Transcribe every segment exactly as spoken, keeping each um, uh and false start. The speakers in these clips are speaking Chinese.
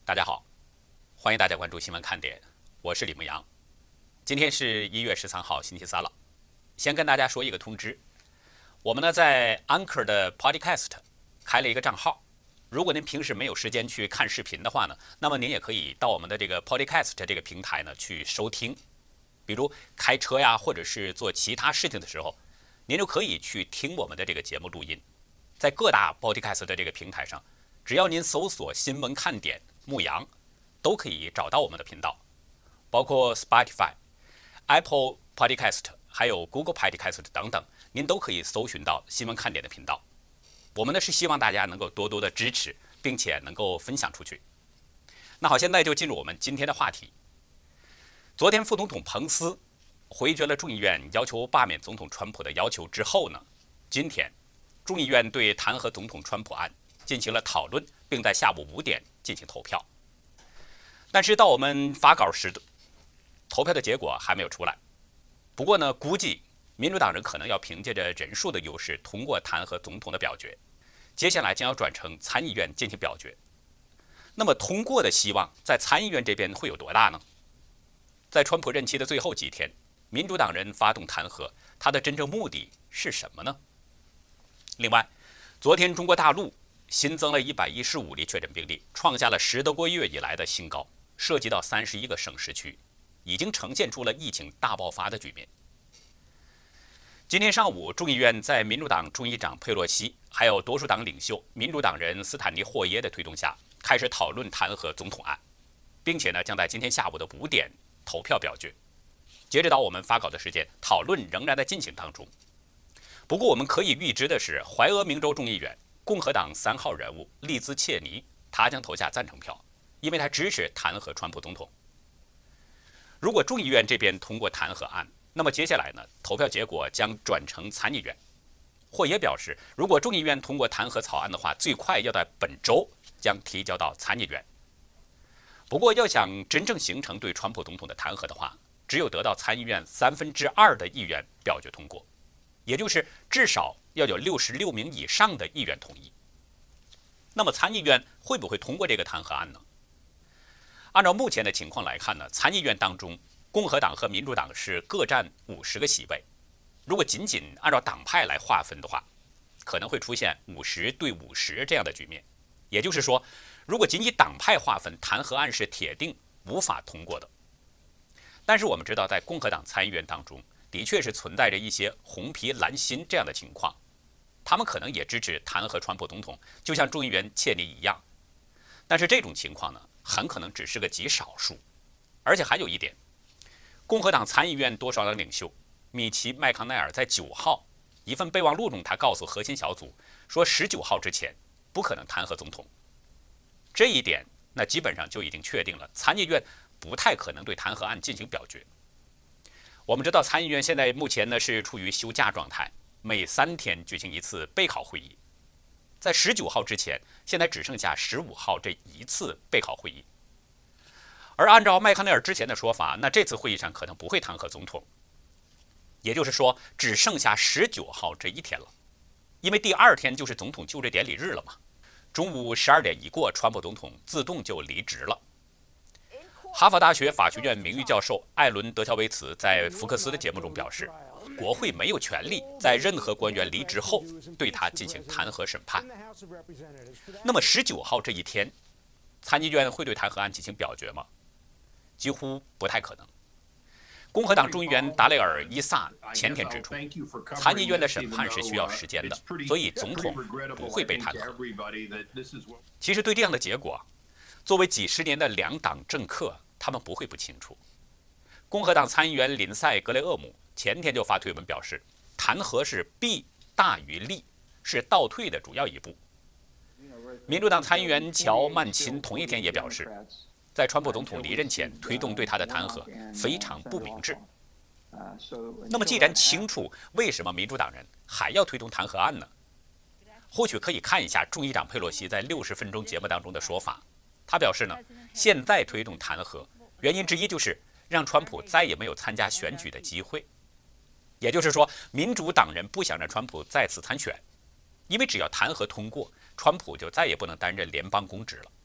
大家好，欢迎大家关注新闻看点，我是李牧阳。今天是一月十三号，星期三了。先跟大家说一个通知，我们呢在 Anchor 的 Podcast 开了一个账号。如果您平时没有时间去看视频的话呢，那么您也可以到我们的这个 Podcast 这个平台呢去收听。比如开车呀，或者是做其他事情的时候，您就可以去听我们的这个节目录音。在各大 Podcast 的这个平台上，只要您搜索新闻看点牧羊，都可以找到我们的频道，包括 Spotify、Apple Podcast， 还有 Google Podcast 等等，您都可以搜寻到新闻看点的频道。我们呢是希望大家能够多多的支持，并且能够分享出去。那好，现在就进入我们今天的话题。昨天副总统彭斯回绝了众议院要求罢免总统川普的要求之后呢，今天众议院对弹劾总统川普案进行了讨论，并在下午五点进行投票。但是到我们发稿时，投票的结果还没有出来。不过呢，估计民主党人可能要凭借着人数的优势通过弹劾总统的表决，接下来将要转成参议院进行表决。那么通过的希望在参议院这边会有多大呢？在川普任期的最后几天，民主党人发动弹劾，他的真正目的是什么呢？另外，昨天中国大陆新增了一百一十五例确诊病例，创下了十多个月以来的新高，涉及到三十一个省市区，已经呈现出了疫情大爆发的局面。今天上午，众议院在民主党众议长佩洛西还有多数党领袖民主党人斯坦尼霍耶的推动下，开始讨论弹劾总统案，并且呢将在今天下午的五点投票表决。截止到我们发稿的时间，讨论仍然在进行当中。不过我们可以预知的是，怀俄明州众议员共和党三号人物利兹切尼，他将投下赞成票，因为他支持弹劾川普总统。如果众议院这边通过弹劾案，那么接下来呢，投票结果将转成参议院。霍耶表示，如果众议院通过弹劾草案的话，最快要在本周将提交到参议院。不过，要想真正形成对川普总统的弹劾的话，只有得到参议院三分之二的议员表决通过，也就是至少要有六十六名以上的议员同意。那么参议院会不会通过这个弹劾案呢？按照目前的情况来看呢，参议院当中共和党和民主党是各占五十个席位。如果仅仅按照党派来划分的话，可能会出现五十对五十这样的局面。也就是说，如果仅以党派划分，弹劾案是铁定无法通过的。但是我们知道，在共和党参议院当中，的确是存在着一些红皮蓝心这样的情况，他们可能也支持弹劾川普总统，就像众议员切尼一样。但是这种情况呢，很可能只是个极少数。而且还有一点，共和党参议院多数党领袖米奇·麦康奈尔在九号一份备忘录中，他告诉核心小组说，十九号之前不可能弹劾总统。这一点，那基本上就已经确定了，参议院不太可能对弹劾案进行表决。我们知道，参议院现在目前呢是处于休假状态，每三天举行一次备考会议。在十九号之前，现在只剩下十五号这一次备考会议。而按照麦康奈尔之前的说法，那这次会议上可能不会弹劾总统，也就是说，只剩下十九号这一天了，因为第二天就是总统就职典礼日了嘛。中午十二点一过，川普总统自动就离职了。哈佛大学法学院名誉教授艾伦·德乔维茨在福克斯的节目中表示，国会没有权利在任何官员离职后对他进行弹劾审判。那么十九号这一天，参议院会对弹劾案进行表决吗？几乎不太可能。共和党众议员达雷尔·伊萨前天指出，参议院的审判是需要时间的，所以总统不会被弹劾。其实对这样的结果，作为几十年的两党政客，他们不会不清楚。共和党参议员林赛·格雷厄姆前天就发推文表示，弹劾是弊大于利，是倒退的主要一步。民主党参议员乔·曼钦同一天也表示，在川普总统离任前推动对他的弹劾非常不明智。那么既然清楚为什么民主党人还要推动弹劾案呢？或许可以看一下众议长佩洛西在六十分钟节目当中的说法。他表示呢，现在推动弹劾原因之一就是让川普再也没有参加选举的机会。也就是说，民主党人不想让川普再次参选，因为只要弹劾通过，川普就再也不能担任联邦公职了。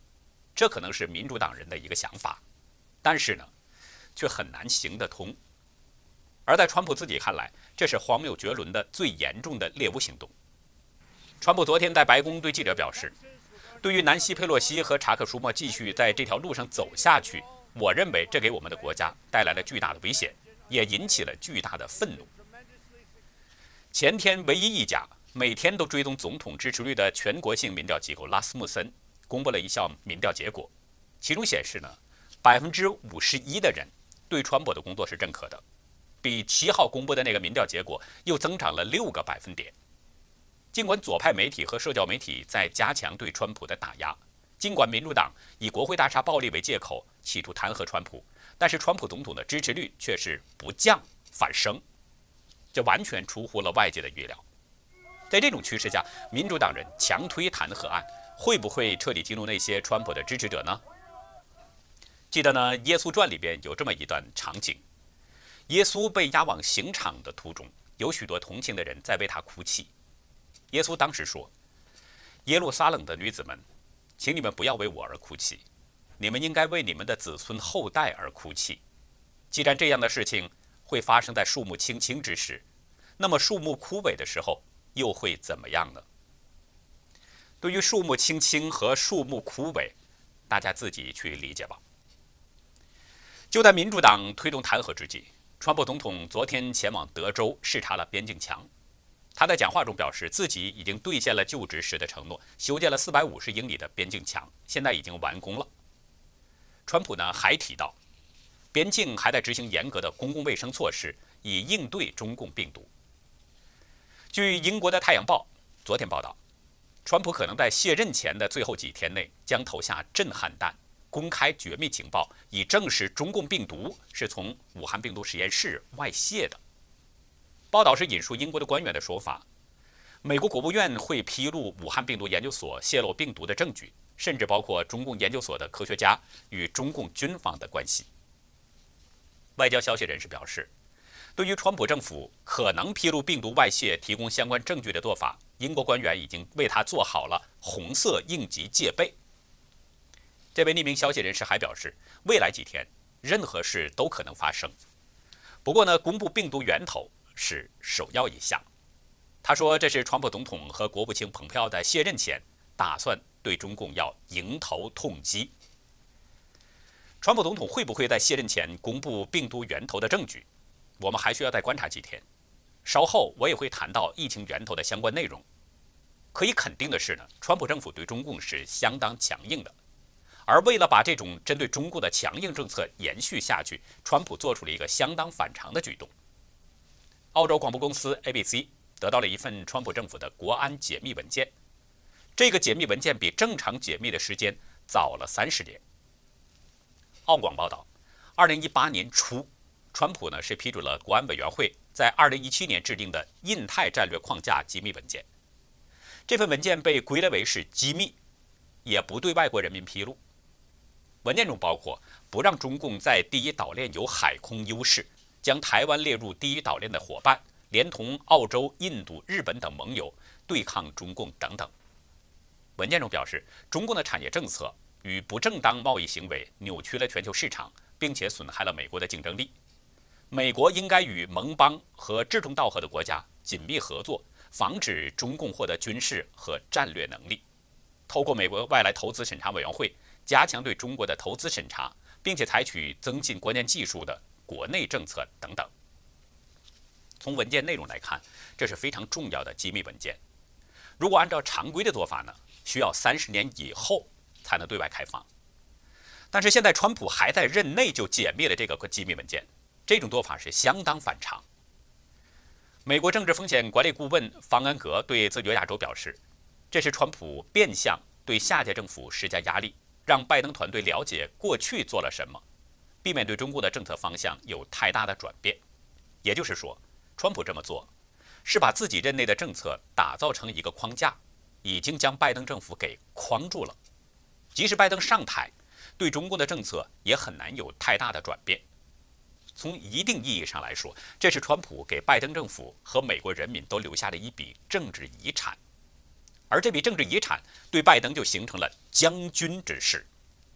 这可能是民主党人的一个想法，但是呢，却很难行得通。而在川普自己看来，这是荒谬绝伦的最严重的猎巫行动。川普昨天在白宫对记者表示，对于南希·佩洛西和查克·舒默继续在这条路上走下去，我认为这给我们的国家带来了巨大的危险，也引起了巨大的愤怒。前天，唯一一家每天都追踪总统支持率的全国性民调机构拉斯穆森公布了一项民调结果，其中显示呢，百分之五十一的人对川普的工作是认可的，比七号公布的那个民调结果又增长了六个百分点。尽管左派媒体和社交媒体在加强对川普的打压，尽管民主党以国会大厦暴力为借口企图弹劾川普，但是川普总统的支持率却是不降反升，这完全出乎了外界的预料。在这种趋势下，民主党人强推弹劾案，会不会彻底激怒那些川普的支持者呢？记得呢，《耶稣传》里边有这么一段场景：耶稣被押往刑场的途中，有许多同情的人在为他哭泣。耶稣当时说：“耶路撒冷的女子们，请你们不要为我而哭泣，你们应该为你们的子孙后代而哭泣。既然这样的事情会发生在树木青青之时，那么树木枯萎的时候又会怎么样呢？”对于树木青青和树木枯萎，大家自己去理解吧。就在民主党推动弹劾之际，川普总统昨天前往德州视察了边境墙。他在讲话中表示，自己已经兑现了就职时的承诺，修建了四百五十英里的边境墙，现在已经完工了。川普呢还提到，边境还在执行严格的公共卫生措施，以应对中共病毒。据英国的《太阳报》昨天报道，川普可能在卸任前的最后几天内将投下震撼弹，公开绝密情报，以证实中共病毒是从武汉病毒实验室外泄的。报道是引述英国的官员的说法，美国国务院会披露武汉病毒研究所泄露病毒的证据，甚至包括中共研究所的科学家与中共军方的关系。外交消息人士表示，对于川普政府可能披露病毒外泄提供相关证据的做法，英国官员已经为他做好了红色应急戒备。这位匿名消息人士还表示，未来几天任何事都可能发生，不过呢，公布病毒源头是首要一项。他说，这是川普总统和国务卿蓬佩奥在卸任前打算对中共要迎头痛击。川普总统会不会在卸任前公布病毒源头的证据，我们还需要再观察几天。稍后我也会谈到疫情源头的相关内容。可以肯定的是呢，川普政府对中共是相当强硬的，而为了把这种针对中共的强硬政策延续下去，川普做出了一个相当反常的举动。澳洲广播公司 A B C 得到了一份川普政府的国安解密文件，这个解密文件比正常解密的时间早了三十年。澳广报道，二零一八年初，川普呢是批准了国安委员会在二零一七年制定的印太战略框架机密文件。这份文件被归类为是机密，也不对外国人民披露。文件中包括不让中共在第一岛链有海空优势，将台湾列入第一岛链的伙伴，连同澳洲、印度、日本等盟友对抗中共等等。文件中表示，中共的产业政策与不正当贸易行为扭曲了全球市场，并且损害了美国的竞争力。美国应该与盟邦和志同道合的国家紧密合作，防止中共获得军事和战略能力。透过美国外来投资审查委员会，加强对中国的投资审查，并且采取增进关键技术的国内政策等等。从文件内容来看，这是非常重要的机密文件。如果按照常规的做法呢，需要三十年以后才能对外开放。但是现在川普还在任内就解密了这个机密文件，这种做法是相当反常。美国政治风险管理顾问方恩格对自由亚洲表示，这是川普变相对下届政府施加压力，让拜登团队了解过去做了什么，避免对中国的政策方向有太大的转变。也就是说，川普这么做是把自己任内的政策打造成一个框架，已经将拜登政府给框住了。即使拜登上台，对中共的政策也很难有太大的转变。从一定意义上来说，这是川普给拜登政府和美国人民都留下了一笔政治遗产，而这笔政治遗产对拜登就形成了将军之势，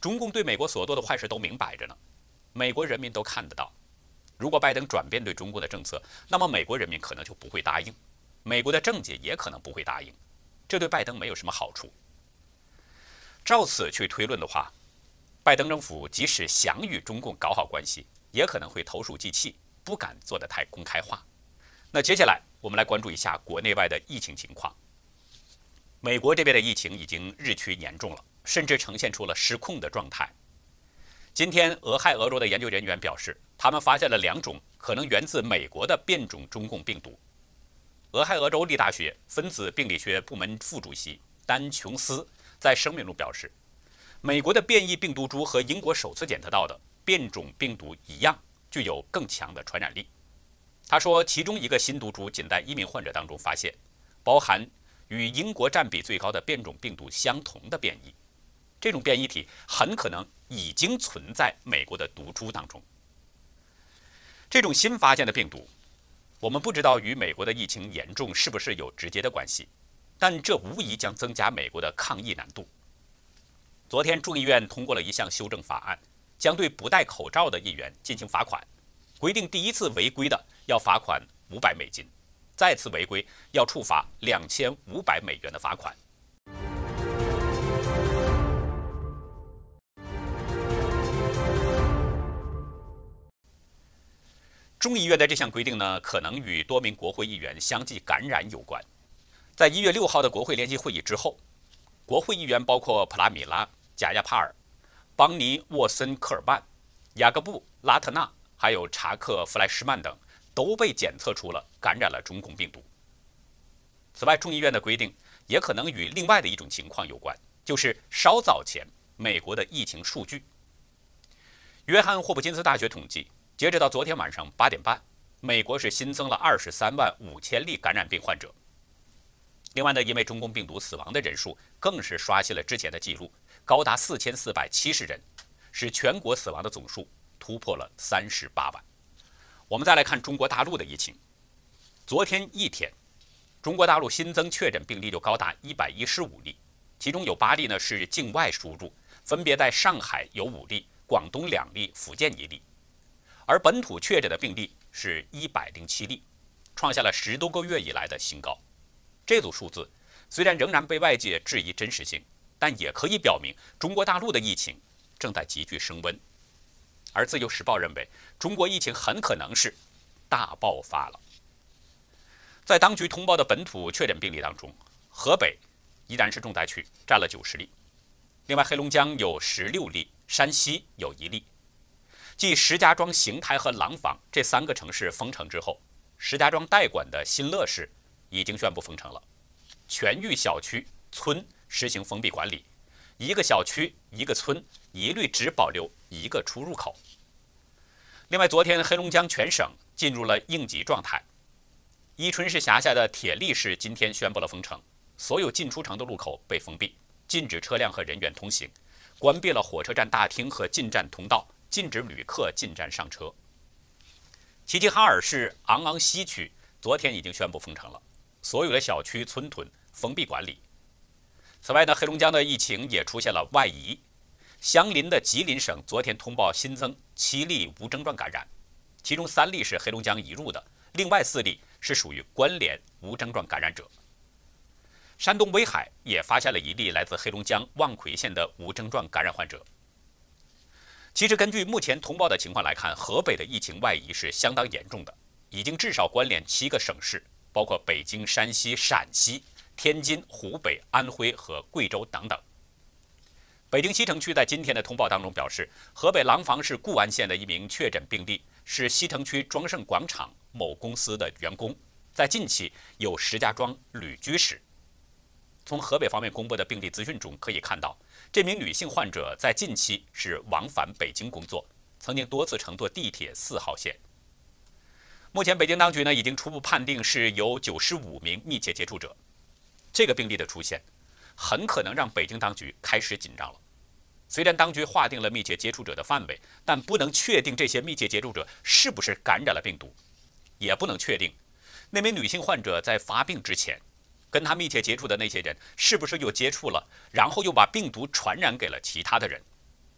中共对美国所做的坏事都明摆着呢，美国人民都看得到。如果拜登转变对中国的政策，那么美国人民可能就不会答应，美国的政界也可能不会答应，这对拜登没有什么好处。照此去推论的话，拜登政府即使想与中共搞好关系，也可能会投鼠忌器，不敢做得太公开化。那接下来我们来关注一下国内外的疫情情况。美国这边的疫情已经日趋严重了，甚至呈现出了失控的状态。今天，俄亥俄州的研究人员表示，他们发现了两种可能源自美国的变种中共病毒。俄亥俄州立大学分子病理学部门副主席丹·琼斯在声明中表示，美国的变异病毒株和英国首次检测到的变种病毒一样，具有更强的传染力。他说，其中一个新毒株仅在一名患者当中发现，包含与英国占比最高的变种病毒相同的变异。这种变异体很可能已经存在美国的毒株当中。这种新发现的病毒，我们不知道与美国的疫情严重是不是有直接的关系，但这无疑将增加美国的抗疫难度。昨天，众议院通过了一项修正法案，将对不戴口罩的议员进行罚款，规定第一次违规的要罚款五百美金，再次违规要处罚两千五百美元的罚款。众议院的这项规定呢，可能与多名国会议员相继感染有关。在一月六号的国会联席会议之后，国会议员包括普拉米拉、贾亚帕尔、邦尼·沃森科尔曼、雅各布·拉特纳，还有查克·弗莱施曼等，都被检测出了感染了中共病毒。此外，众议院的规定也可能与另外的一种情况有关，就是稍早前美国的疫情数据。约翰霍普金斯大学统计，截止到昨天晚上八点半，美国是新增了二十三万五千例感染病患者。另外呢，因为中共病毒死亡的人数更是刷新了之前的记录，高达四千四百七十人，使全国死亡的总数突破了三十八万。我们再来看中国大陆的疫情，昨天一天，中国大陆新增确诊病例就高达一百一十五例，其中有八例呢是境外输入，分别在上海有五例，广东两例，福建一例。而本土确诊的病例是一百零七例，创下了十多个月以来的新高。这组数字虽然仍然被外界质疑真实性，但也可以表明中国大陆的疫情正在急剧升温。而自由时报认为，中国疫情很可能是大爆发了。在当局通报的本土确诊病例当中，河北依然是重灾区，占了九十例。另外，黑龙江有十六例，山西有一例。继石家庄、邢台和廊坊这三个城市封城之后，石家庄代管的新乐市已经宣布封城了，全域小区、村实行封闭管理，一个小区、一个村一律只保留一个出入口。另外，昨天黑龙江全省进入了应急状态，伊春市辖下的铁力市今天宣布了封城，所有进出城的路口被封闭，禁止车辆和人员通行，关闭了火车站大厅和进站通道，禁止旅客进站上车。齐齐哈尔市昂昂西区昨天已经宣布封城了，所有的小区、村屯封闭管理。此外呢，黑龙江的疫情也出现了外移，相邻的吉林省昨天通报新增七例无症状感染，其中三例是黑龙江移入的，另外四例是属于关联无症状感染者。山东威海也发现了一例来自黑龙江望奎县的无症状感染患者。其实根据目前通报的情况来看，河北的疫情外移是相当严重的，已经至少关联七个省市，包括北京、山西、陕西、天津、湖北、安徽和贵州等等。北京西城区在今天的通报当中表示，河北廊坊市固安县的一名确诊病例是西城区庄盛广场某公司的员工，在近期有石家庄旅居史。从河北方面公布的病例资讯中可以看到，这名女性患者在近期是往返北京工作，曾经多次乘坐地铁四号线。目前北京当局呢已经初步判定是有九十五名密切接触者。这个病例的出现，很可能让北京当局开始紧张了。虽然当局划定了密切接触者的范围，但不能确定这些密切接触者是不是感染了病毒，也不能确定那名女性患者在发病之前跟他密切接触的那些人是不是又接触了，然后又把病毒传染给了其他的人。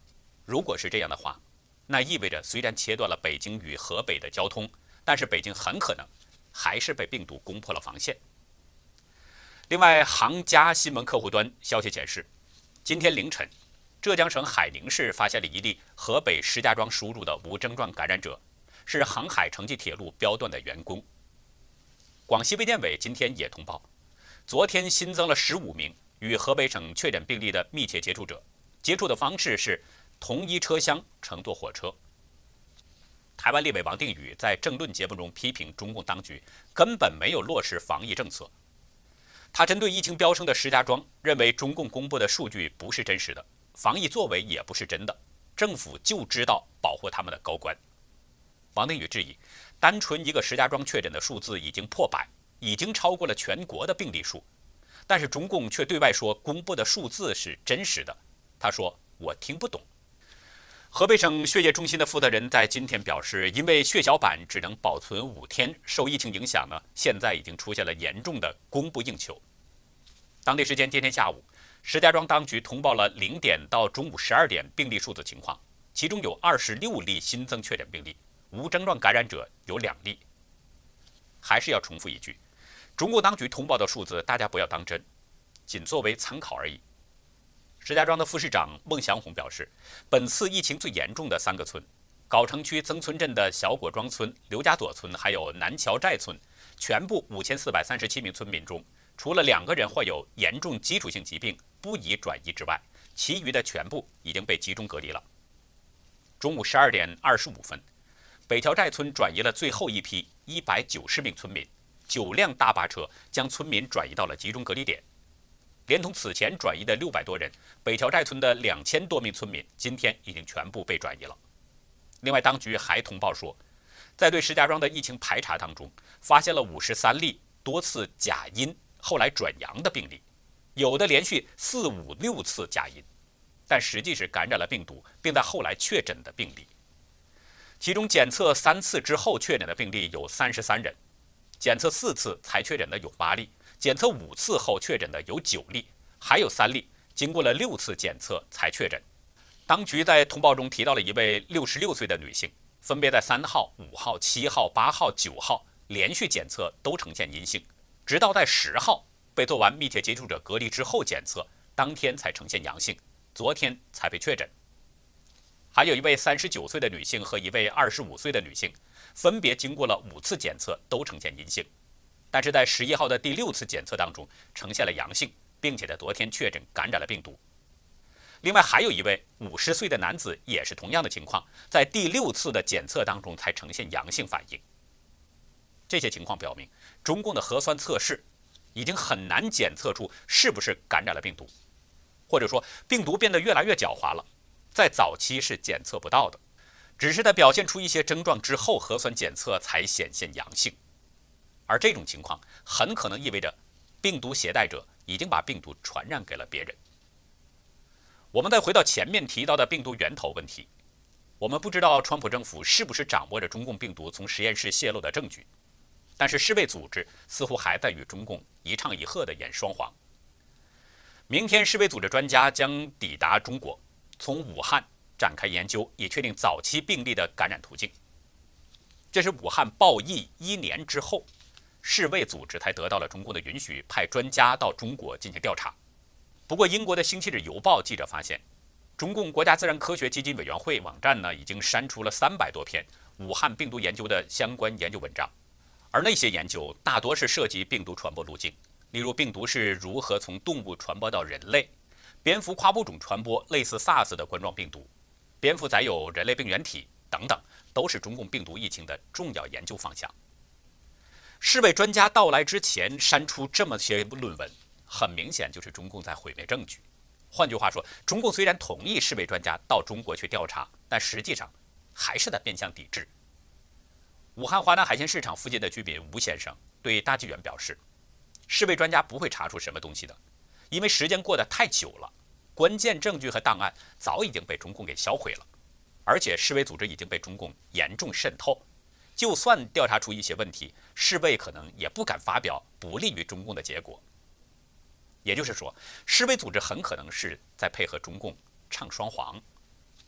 如果是这样的话，那意味着虽然切断了北京与河北的交通，但是北京很可能还是被病毒攻破了防线。另外，杭嘉新闻客户端消息显示，今天凌晨，浙江省海宁市发现了一例河北石家庄输入的无症状感染者，是杭海城际铁路标段的员工。广西卫健委今天也通报，昨天新增了十五名与河北省确诊病例的密切接触者，接触的方式是同一车厢乘坐火车。台湾立委王定宇在政论节目中批评中共当局根本没有落实防疫政策。他针对疫情飙升的石家庄，认为中共公布的数据不是真实的，防疫作为也不是真的，政府就知道保护他们的高官。王定宇质疑，单纯一个石家庄确诊的数字已经破百，已经超过了全国的病例数，但是中共却对外说公布的数字是真实的。他说：“我听不懂。”河北省血液中心的负责人在今天表示，因为血小板只能保存五天，受疫情影响呢，现在已经出现了严重的供不应求。当地时间今天下午，石家庄当局通报了零点到中午十二点病例数字情况，其中有二十六例新增确诊病例，无症状感染者有两例。还是要重复一句，中国当局通报的数字大家不要当真，仅作为参考而已。石家庄的副市长孟祥红表示，本次疫情最严重的三个村，藁城区曾村镇的小果庄村、刘家垛村还有南桥寨村，全部五千四百三十七名村民中，除了两个人患有严重基础性疾病不宜转移之外，其余的全部已经被集中隔离了。中午十二点二十五分，北桥寨村转移了最后一批一百九十名村民，九辆大巴车将村民转移到了集中隔离点。连同此前转移的六百多人，北桥寨村的两千多名村民今天已经全部被转移了。另外，当局还通报说，在对石家庄的疫情排查当中，发现了五十三例多次假阴后来转阳的病例，有的连续四五六次假阴，但实际是感染了病毒并在后来确诊的病例。其中检测三次之后确诊的病例有三十三人，检测四次才确诊的有八例，检测五次后确诊的有九例，还有三例经过了六次检测才确诊。当局在通报中提到了一位六十六岁的女性，分别在三号、五号、七号、八号、九号连续检测都呈现阴性，直到在十号被做完密切接触者隔离之后检测，当天才呈现阳性，昨天才被确诊。还有一位三十九岁的女性和一位二十五岁的女性，分别经过了五次检测都呈现阴性，但是在十一号的第六次检测当中呈现了阳性，并且在昨天确诊感染了病毒。另外还有一位五十岁的男子也是同样的情况，在第六次的检测当中才呈现阳性反应。这些情况表明，中共的核酸测试已经很难检测出是不是感染了病毒，或者说病毒变得越来越狡猾了，在早期是检测不到的，只是在表现出一些症状之后，核酸检测才显现阳性。而这种情况很可能意味着病毒携带者已经把病毒传染给了别人。我们再回到前面提到的病毒源头问题，我们不知道川普政府是不是掌握着中共病毒从实验室泄露的证据，但是世卫组织似乎还在与中共一唱一和地演双簧。明天世卫组织专家将抵达中国，从武汉展开研究，以确定早期病例的感染途径。这是武汉爆疫一年之后，世卫组织才得到了中共的允许，派专家到中国进行调查。不过，英国的《星期日邮报》记者发现，中共国家自然科学基金委员会网站呢已经删除了三百多篇武汉病毒研究的相关研究文章，而那些研究大多是涉及病毒传播路径，例如病毒是如何从动物传播到人类，蝙蝠跨物种传播类似 SARS 的冠状病毒，蝙蝠载有人类病原体等等，都是中共病毒疫情的重要研究方向。世卫专家到来之前删除这么些论文，很明显就是中共在毁灭证据。换句话说，中共虽然同意世卫专家到中国去调查，但实际上还是在变相抵制。武汉华南海鲜市场附近的居民吴先生对大纪元表示，世卫专家不会查出什么东西的，因为时间过得太久了，关键证据和档案早已经被中共给销毁了，而且世卫组织已经被中共严重渗透，就算调查出一些问题，世卫可能也不敢发表不利于中共的结果。也就是说，世卫组织很可能是在配合中共唱双簧。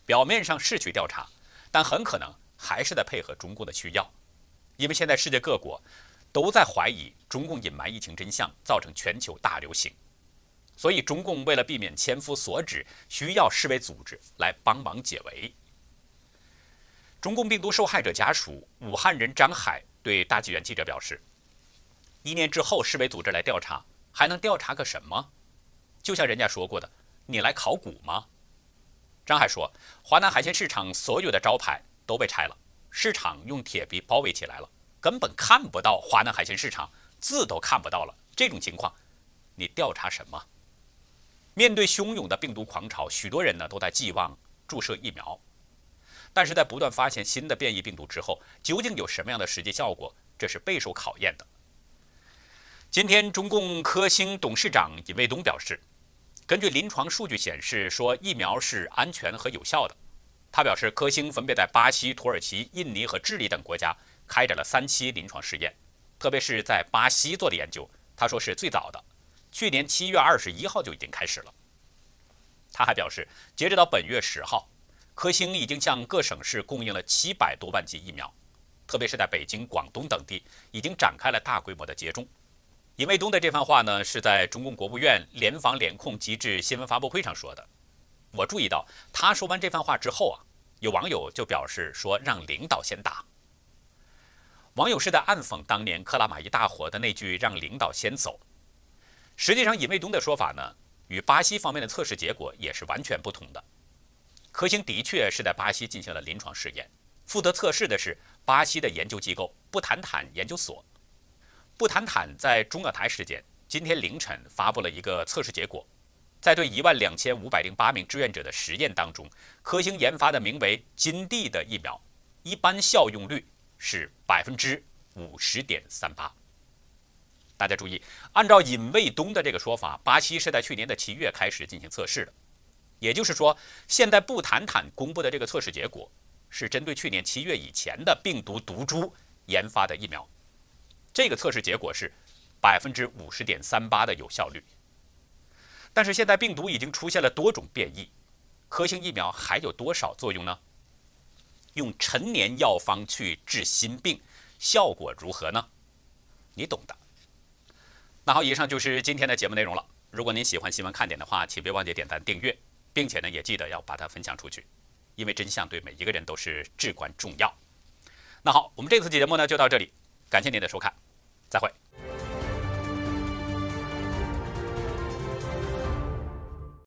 表面上是去调查，但很可能还是在配合中共的需要，因为现在世界各国都在怀疑中共隐瞒疫情真相，造成全球大流行。所以中共为了避免千夫所指，需要世卫组织来帮忙解围。中共病毒受害者家属武汉人张海对大纪元记者表示，一年之后世卫组织来调查，还能调查个什么？就像人家说过的，你来考古吗？张海说，华南海鲜市场所有的招牌都被拆了，市场用铁皮包围起来了，根本看不到华南海鲜市场，字都看不到了。这种情况，你调查什么？面对汹涌的病毒狂潮，许多人呢都在寄望注射疫苗，但是在不断发现新的变异病毒之后，究竟有什么样的实际效果，这是备受考验的。今天，中共科兴董事长尹卫东表示，根据临床数据显示，说疫苗是安全和有效的。他表示，科兴分别在巴西、土耳其、印尼和智利等国家开展了三期临床试验，特别是在巴西做的研究，他说是最早的，去年七月二十一号就已经开始了。他还表示，截止到本月十号，科兴已经向各省市供应了七百多万剂疫苗，特别是在北京、广东等地，已经展开了大规模的接种。尹卫东的这番话呢，是在中共国务院联防联控机制新闻发布会上说的。我注意到他说完这番话之后啊，有网友就表示说让领导先打。网友是在暗讽当年克拉玛依大火的那句让领导先走。实际上，尹卫东的说法呢，与巴西方面的测试结果也是完全不同的。科兴的确是在巴西进行了临床试验，负责测试的是巴西的研究机构布坦坦研究所。布坦坦在中港台时间今天凌晨发布了一个测试结果，在对一万两千五百零八名志愿者的实验当中，科兴研发的名为金地的疫苗，一般效用率是百分之五十点三八。大家注意，按照尹卫东的这个说法，巴西是在去年的七月开始进行测试的，也就是说，现在布坦坦公布的这个测试结果是针对去年七月以前的病毒毒株研发的疫苗。这个测试结果是百分之五十点三八的有效率，但是现在病毒已经出现了多种变异，科兴疫苗还有多少作用呢？用陈年药方去治心病，效果如何呢？你懂的。那好，以上就是今天的节目内容了。如果您喜欢新闻看点的话，请别忘记点赞订阅，并且呢也记得要把它分享出去，因为真相对每一个人都是至关重要。那好，我们这次节目呢就到这里，感谢您的收看。再会。